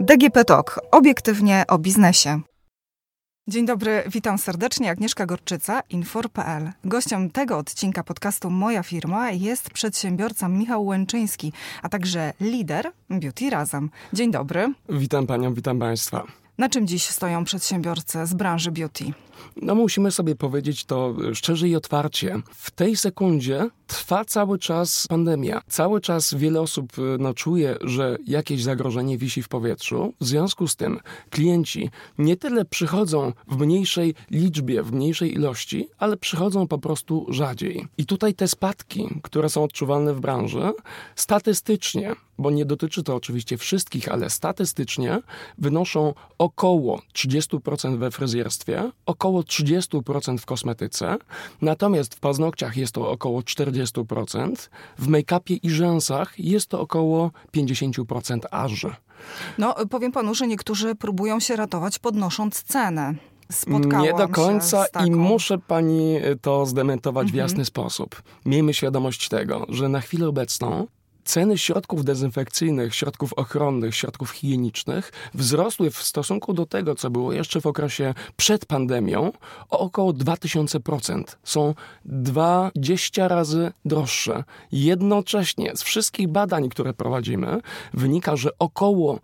DGP Talk. Obiektywnie o biznesie. Dzień dobry, witam serdecznie. Agnieszka Gorczyca, Infor.pl. Gościem tego odcinka podcastu Moja Firma jest przedsiębiorca Michał Łęczyński, a także lider Beauty Razem. Dzień dobry. Witam panią, witam państwa. Na czym dziś stoją przedsiębiorcy z branży beauty? Musimy sobie powiedzieć to szczerze i otwarcie. W tej sekundzie trwa cały czas pandemia. Cały czas wiele osób czuje, że jakieś zagrożenie wisi w powietrzu. W związku z tym klienci nie tyle przychodzą w mniejszej liczbie, w mniejszej ilości, ale przychodzą po prostu rzadziej. I tutaj te spadki, które są odczuwalne w branży, statystycznie, bo nie dotyczy to oczywiście wszystkich, ale statystycznie wynoszą około 30% we fryzjerstwie, około 30% w kosmetyce, natomiast w paznokciach jest to około 40%, w make-upie i rzęsach jest to około 50% aż. Powiem panu, że niektórzy próbują się ratować podnosząc cenę. Nie do końca i muszę pani to zdementować w jasny sposób. Miejmy świadomość tego, że na chwilę obecną ceny środków dezynfekcyjnych, środków ochronnych, środków higienicznych wzrosły w stosunku do tego, co było jeszcze w okresie przed pandemią, o około 2000%. Są 20 razy droższe. Jednocześnie z wszystkich badań, które prowadzimy, wynika, że około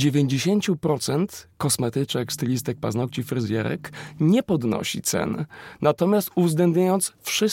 90% kosmetyczek, stylistek, paznokci, fryzjerek nie podnosi cen. Natomiast uwzględniając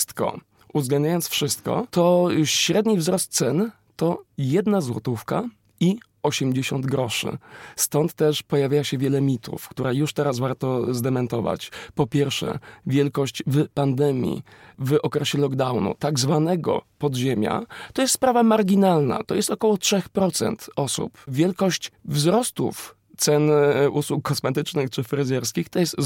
wszystko, to średni wzrost cen to 1 złotówka i 80 groszy. Stąd też pojawia się wiele mitów, które już teraz warto zdementować. Po pierwsze, wielkość w pandemii, w okresie lockdownu, tak zwanego podziemia, to jest sprawa marginalna. To jest około 3% osób. Wielkość wzrostów cen usług kosmetycznych czy fryzjerskich to jest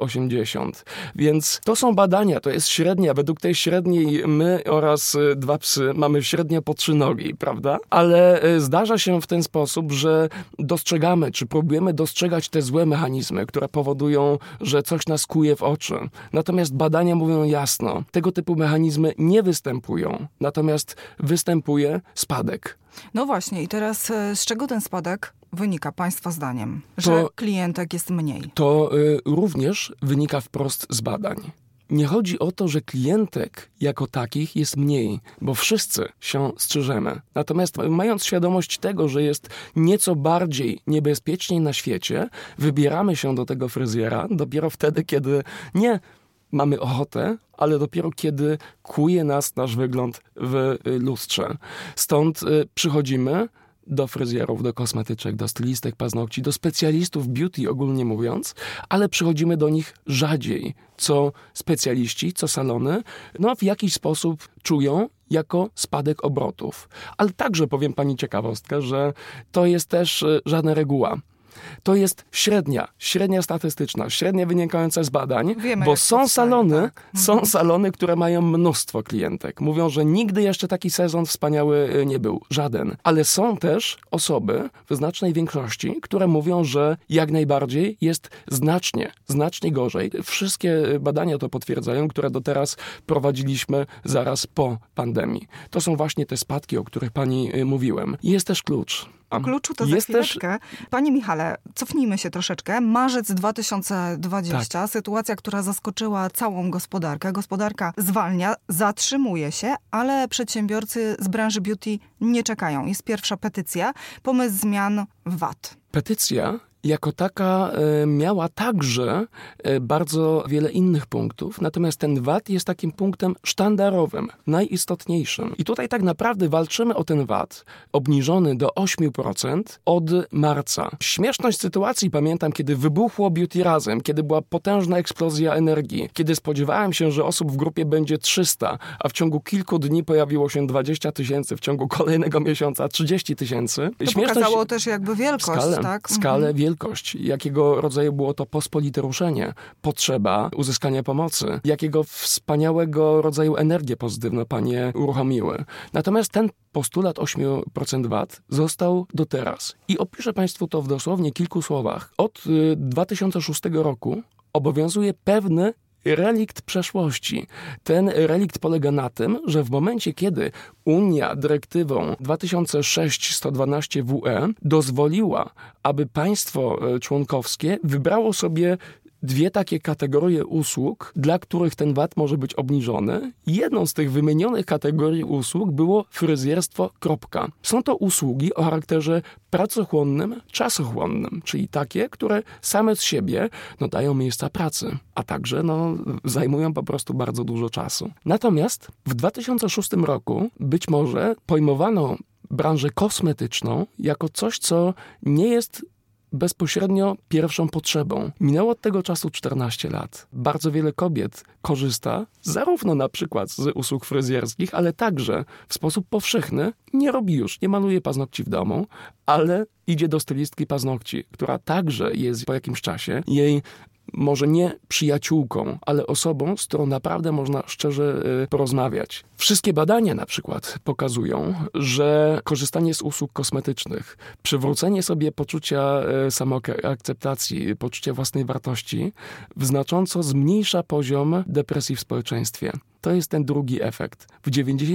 80 zł. Więc to są badania, to jest średnia. Według tej średniej my oraz 2 psy mamy średnio po 3 nogi, prawda? Ale zdarza się w ten sposób, że dostrzegamy, czy próbujemy dostrzegać te złe mechanizmy, które powodują, że coś nas kuje w oczy. Natomiast badania mówią jasno, tego typu mechanizmy nie występują. Natomiast występuje spadek. No właśnie, i teraz z czego ten spadek wynika państwa zdaniem? Że klientek jest mniej. To również wynika wprost z badań. Nie chodzi o to, że klientek jako takich jest mniej, bo wszyscy się strzyżemy. Natomiast mając świadomość tego, że jest nieco bardziej niebezpieczniej na świecie, wybieramy się do tego fryzjera dopiero wtedy, kiedy nie mamy ochotę, ale dopiero kiedy kuje nas nasz wygląd w lustrze. Stąd przychodzimy do fryzjerów, do kosmetyczek, do stylistek paznokci, do specjalistów beauty ogólnie mówiąc, ale przychodzimy do nich rzadziej, co specjaliści, co salony, w jakiś sposób czują jako spadek obrotów. Ale także powiem pani ciekawostkę, że to jest też żadna reguła. To jest średnia statystyczna, średnia wynikająca z badań, bo są salony, które mają mnóstwo klientek. Mówią, że nigdy jeszcze taki sezon wspaniały nie był, żaden. Ale są też osoby w znacznej większości, które mówią, że jak najbardziej jest znacznie gorzej. Wszystkie badania to potwierdzają, które do teraz prowadziliśmy zaraz po pandemii. To są właśnie te spadki, o których pani mówiłem. Jest też klucz. O kluczu to za chwileczkę. Panie Michale, cofnijmy się troszeczkę. Marzec 2020, tak. Sytuacja, która zaskoczyła całą gospodarkę. Gospodarka zwalnia, zatrzymuje się, ale przedsiębiorcy z branży beauty nie czekają. Jest pierwsza petycja, pomysł zmian VAT. Petycja jako taka miała także bardzo wiele innych punktów, natomiast ten VAT jest takim punktem sztandarowym, najistotniejszym. I tutaj tak naprawdę walczymy o ten VAT obniżony do 8% od marca. Śmieszność sytuacji pamiętam, kiedy wybuchło Beauty Razem, kiedy była potężna eksplozja energii, kiedy spodziewałem się, że osób w grupie będzie 300, a w ciągu kilku dni pojawiło się 20 000, w ciągu kolejnego miesiąca 30 000. To pokazało też jakby wielkość, tak? Skalę, wielkość, jakiego rodzaju było to pospolite ruszenie, potrzeba uzyskania pomocy, jakiego wspaniałego rodzaju energię pozytywną panie uruchomiły. Natomiast ten postulat 8% VAT został do teraz. I opiszę państwu to w dosłownie kilku słowach. Od 2006 roku obowiązuje pewny relikt przeszłości. Ten relikt polega na tym, że w momencie, kiedy Unia dyrektywą 2006/112/WE dozwoliła, aby państwo członkowskie wybrało sobie dwie takie kategorie usług, dla których ten VAT może być obniżony. Jedną z tych wymienionych kategorii usług było fryzjerstwo. Są to usługi o charakterze pracochłonnym, czasochłonnym, czyli takie, które same z siebie dają miejsca pracy, a także zajmują po prostu bardzo dużo czasu. Natomiast w 2006 roku być może pojmowano branżę kosmetyczną jako coś, co nie jest bezpośrednio pierwszą potrzebą. Minęło od tego czasu 14 lat. Bardzo wiele kobiet korzysta zarówno na przykład z usług fryzjerskich, ale także w sposób powszechny nie maluje paznokci w domu, ale idzie do stylistki paznokci, która także jest po jakimś czasie jej może nie przyjaciółką, ale osobą, z którą naprawdę można szczerze porozmawiać. Wszystkie badania na przykład pokazują, że korzystanie z usług kosmetycznych, przywrócenie sobie poczucia samoakceptacji, poczucia własnej wartości znacząco zmniejsza poziom depresji w społeczeństwie. To jest ten drugi efekt. W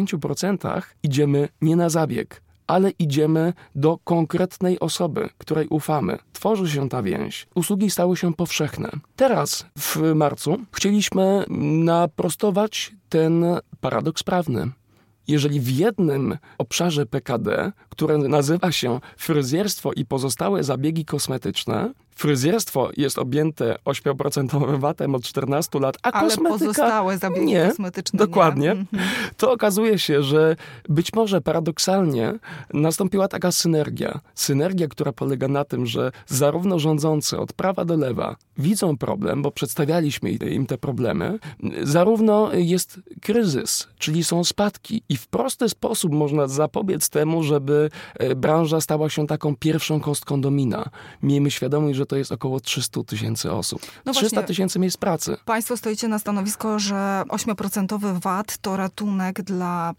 90% idziemy nie na zabieg, ale idziemy do konkretnej osoby, której ufamy. Tworzy się ta więź. Usługi stały się powszechne. Teraz, w marcu, chcieliśmy naprostować ten paradoks prawny. Jeżeli w jednym obszarze PKD, które nazywa się fryzjerstwo i pozostałe zabiegi kosmetyczne, fryzjerstwo jest objęte 8% VAT-em od 14 lat, a ale kosmetyka pozostałe zabiegi kosmetyczne dokładnie. Nie. To okazuje się, że być może paradoksalnie nastąpiła taka synergia. Synergia, która polega na tym, że zarówno rządzący od prawa do lewa widzą problem, bo przedstawialiśmy im te problemy, zarówno jest kryzys, czyli są spadki i w prosty sposób można zapobiec temu, żeby branża stała się taką pierwszą kostką domina. Miejmy świadomość, że to jest około 300 000 osób. 300 000 miejsc pracy. Państwo stoicie na stanowisko, że 8% VAT to ratunek dla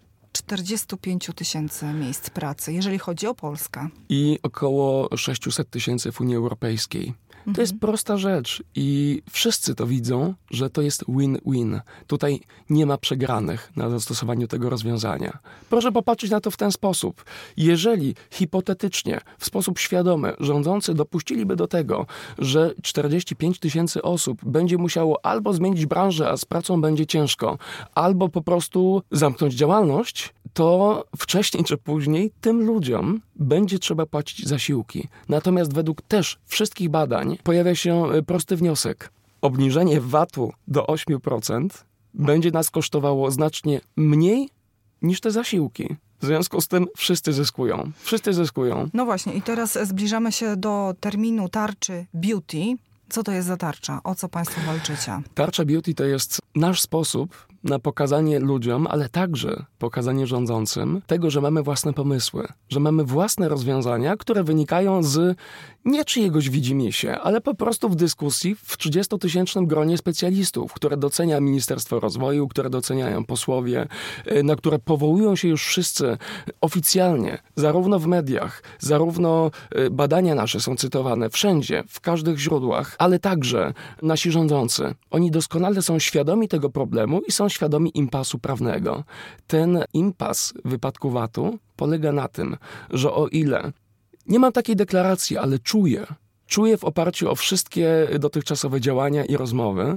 45 000 miejsc pracy, jeżeli chodzi o Polskę. I około 600 000 w Unii Europejskiej. To jest prosta rzecz i wszyscy to widzą, że to jest win-win. Tutaj nie ma przegranych na zastosowaniu tego rozwiązania. Proszę popatrzeć na to w ten sposób. Jeżeli hipotetycznie, w sposób świadomy, rządzący dopuściliby do tego, że 45 000 osób będzie musiało albo zmienić branżę, a z pracą będzie ciężko, albo po prostu zamknąć działalność, to wcześniej czy później tym ludziom będzie trzeba płacić zasiłki. Natomiast według też wszystkich badań pojawia się prosty wniosek. Obniżenie VAT-u do 8% będzie nas kosztowało znacznie mniej niż te zasiłki. W związku z tym wszyscy zyskują. Wszyscy zyskują. No właśnie i teraz zbliżamy się do terminu tarczy beauty. Co to jest za tarcza? O co państwo walczycie? Tarcza beauty to jest nasz sposób na pokazanie ludziom, ale także pokazanie rządzącym tego, że mamy własne pomysły, że mamy własne rozwiązania, które wynikają z nie czyjegoś widzimisię, ale po prostu w dyskusji w 30-tysięcznym gronie specjalistów, które docenia Ministerstwo Rozwoju, które doceniają posłowie, na które powołują się już wszyscy oficjalnie, zarówno w mediach, zarówno badania nasze są cytowane wszędzie, w każdych źródłach, ale także nasi rządzący. Oni doskonale są świadomi tego problemu i są świadomi impasu prawnego. Ten impas w wypadku VAT-u polega na tym, że o ile nie mam takiej deklaracji, ale czuję w oparciu o wszystkie dotychczasowe działania i rozmowy,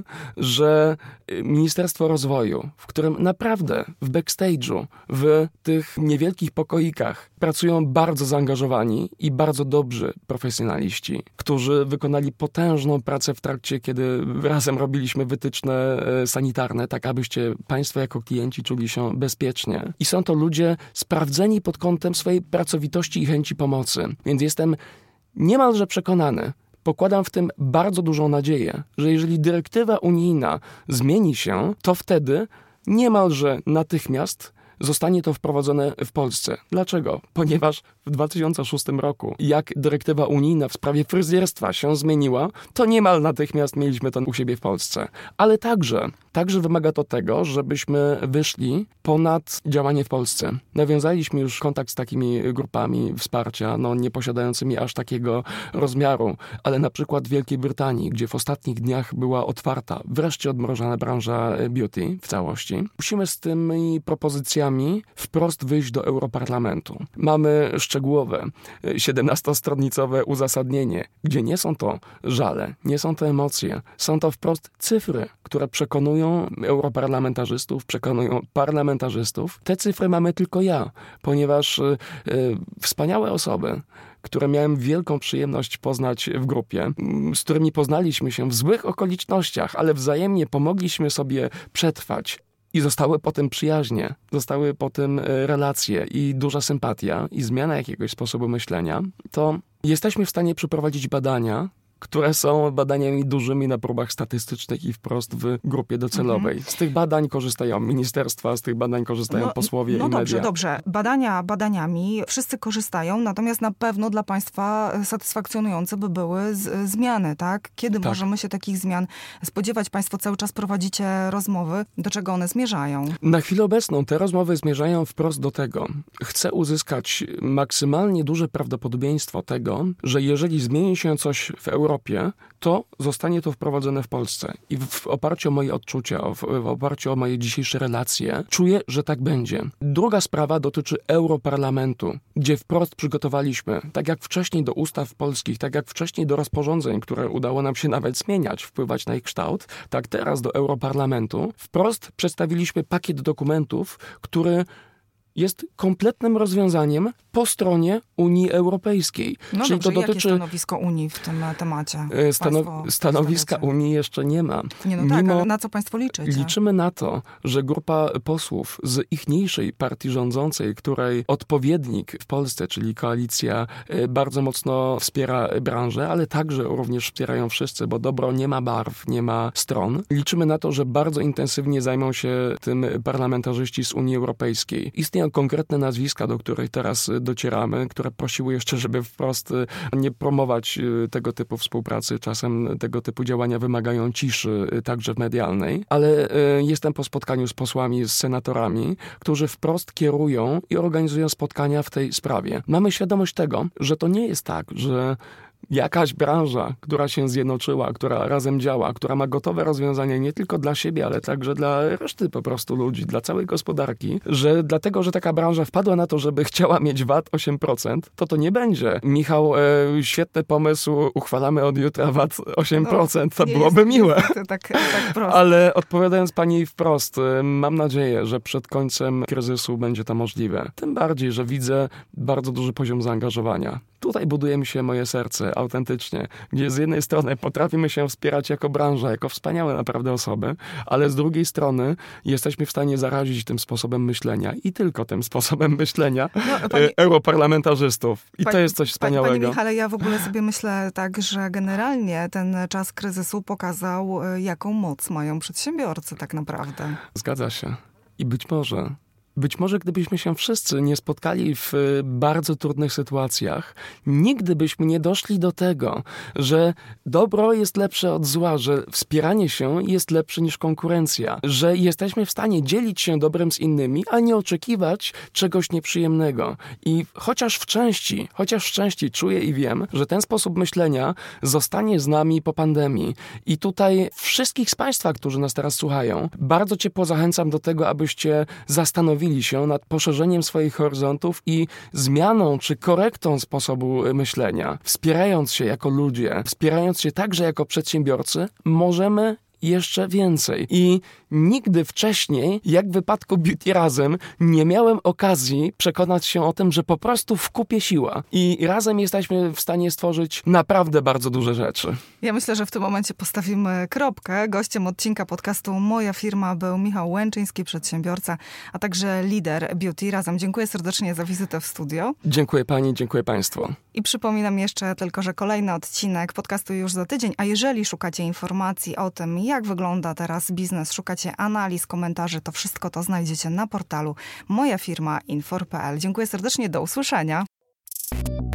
że Ministerstwo Rozwoju, w którym naprawdę w backstage'u, w tych niewielkich pokoikach pracują bardzo zaangażowani i bardzo dobrzy profesjonaliści, którzy wykonali potężną pracę w trakcie, kiedy razem robiliśmy wytyczne sanitarne, tak abyście państwo jako klienci czuli się bezpiecznie. I są to ludzie sprawdzeni pod kątem swojej pracowitości i chęci pomocy. Więc jestem niemalże przekonany, pokładam w tym bardzo dużą nadzieję, że jeżeli dyrektywa unijna zmieni się, to wtedy niemalże natychmiast zostanie to wprowadzone w Polsce. Dlaczego? Ponieważ w 2006 roku, jak dyrektywa unijna w sprawie fryzjerstwa się zmieniła, to niemal natychmiast mieliśmy to u siebie w Polsce. Ale także wymaga to tego, żebyśmy wyszli ponad działanie w Polsce. Nawiązaliśmy już kontakt z takimi grupami wsparcia, nie posiadającymi aż takiego rozmiaru, ale na przykład w Wielkiej Brytanii, gdzie w ostatnich dniach była otwarta, wreszcie odmrożona branża beauty w całości. Musimy z tymi propozycjami wprost wyjść do Europarlamentu. Mamy szczegółowe, 17-stronicowe uzasadnienie, gdzie nie są to żale, nie są to emocje, są to wprost cyfry, które przekonują europarlamentarzystów, przekonują parlamentarzystów. Te cyfry mamy tylko ja, ponieważ wspaniałe osoby, które miałem wielką przyjemność poznać w grupie, z którymi poznaliśmy się w złych okolicznościach, ale wzajemnie pomogliśmy sobie przetrwać. I zostały po tym przyjaźnie, zostały po tym relacje i duża sympatia i zmiana jakiegoś sposobu myślenia, to jesteśmy w stanie przeprowadzić badania, które są badaniami dużymi na próbach statystycznych i wprost w grupie docelowej. Z tych badań korzystają ministerstwa, z tych badań korzystają posłowie i media. Dobrze. Badaniami wszyscy korzystają, natomiast na pewno dla państwa satysfakcjonujące by były zmiany, tak? Kiedy możemy się takich zmian spodziewać? Państwo cały czas prowadzicie rozmowy. Do czego one zmierzają? Na chwilę obecną te rozmowy zmierzają wprost do tego. Chcę uzyskać maksymalnie duże prawdopodobieństwo tego, że jeżeli zmieni się coś w Europie, to zostanie to wprowadzone w Polsce. I w oparciu o moje odczucia, w oparciu o moje dzisiejsze relacje, czuję, że tak będzie. Druga sprawa dotyczy Europarlamentu, gdzie wprost przygotowaliśmy, tak jak wcześniej do ustaw polskich, tak jak wcześniej do rozporządzeń, które udało nam się nawet zmieniać, wpływać na ich kształt, tak teraz do Europarlamentu, wprost przedstawiliśmy pakiet dokumentów, który jest kompletnym rozwiązaniem po stronie Unii Europejskiej. Czyli dobrze, to dotyczy... Jakie stanowisko Unii w tym temacie? Stanowiska Unii jeszcze nie ma. Tak, ale na co państwo liczycie? Liczymy na to, że grupa posłów z ichniejszej partii rządzącej, której odpowiednik w Polsce, czyli koalicja, bardzo mocno wspiera branżę, ale także również wspierają wszyscy, bo dobro nie ma barw, nie ma stron. Liczymy na to, że bardzo intensywnie zajmą się tym parlamentarzyści z Unii Europejskiej. Istnieją konkretne nazwiska, do których teraz docieramy, które prosiły jeszcze, żeby wprost nie promować tego typu współpracy. Czasem tego typu działania wymagają ciszy, także medialnej. Ale jestem po spotkaniu z posłami, z senatorami, którzy wprost kierują i organizują spotkania w tej sprawie. Mamy świadomość tego, że to nie jest tak, że jakaś branża, która się zjednoczyła, która razem działa, która ma gotowe rozwiązania nie tylko dla siebie, ale także dla reszty po prostu ludzi, dla całej gospodarki, że dlatego, że taka branża wpadła na to, żeby chciała mieć VAT 8%, to nie będzie. Michał, świetny pomysł, uchwalamy od jutra VAT 8%, to byłoby miłe. Tak prosto. Ale odpowiadając pani wprost, mam nadzieję, że przed końcem kryzysu będzie to możliwe. Tym bardziej, że widzę bardzo duży poziom zaangażowania. Tutaj buduje mi się moje serce, autentycznie, gdzie z jednej strony potrafimy się wspierać jako branża, jako wspaniałe naprawdę osoby, ale z drugiej strony jesteśmy w stanie zarazić tym sposobem myślenia i tylko tym sposobem myślenia europarlamentarzystów. I to jest coś wspaniałego. Panie Michale, ja w ogóle sobie myślę tak, że generalnie ten czas kryzysu pokazał, jaką moc mają przedsiębiorcy tak naprawdę. Zgadza się. I być może gdybyśmy się wszyscy nie spotkali w bardzo trudnych sytuacjach, nigdy byśmy nie doszli do tego, że dobro jest lepsze od zła, że wspieranie się jest lepsze niż konkurencja, że jesteśmy w stanie dzielić się dobrem z innymi, a nie oczekiwać czegoś nieprzyjemnego. I chociaż w części czuję i wiem, że ten sposób myślenia zostanie z nami po pandemii. I tutaj wszystkich z państwa, którzy nas teraz słuchają, bardzo ciepło zachęcam do tego, abyście zastanowili się nad poszerzeniem swoich horyzontów i zmianą czy korektą sposobu myślenia. Wspierając się jako ludzie, wspierając się także jako przedsiębiorcy, możemy jeszcze więcej. I nigdy wcześniej, jak w wypadku Beauty Razem, nie miałem okazji przekonać się o tym, że po prostu w kupie siła. I razem jesteśmy w stanie stworzyć naprawdę bardzo duże rzeczy. Ja myślę, że w tym momencie postawimy kropkę. Gościem odcinka podcastu Moja Firma był Michał Łęczyński, przedsiębiorca, a także lider Beauty Razem. Dziękuję serdecznie za wizytę w studio. Dziękuję pani, dziękuję państwu. I przypominam jeszcze tylko, że kolejny odcinek podcastu już za tydzień, a jeżeli szukacie informacji o tym, jak wygląda teraz biznes, szukacie analiz, komentarzy, to wszystko to znajdziecie na portalu Moja Firma Infor.pl. Dziękuję serdecznie, do usłyszenia.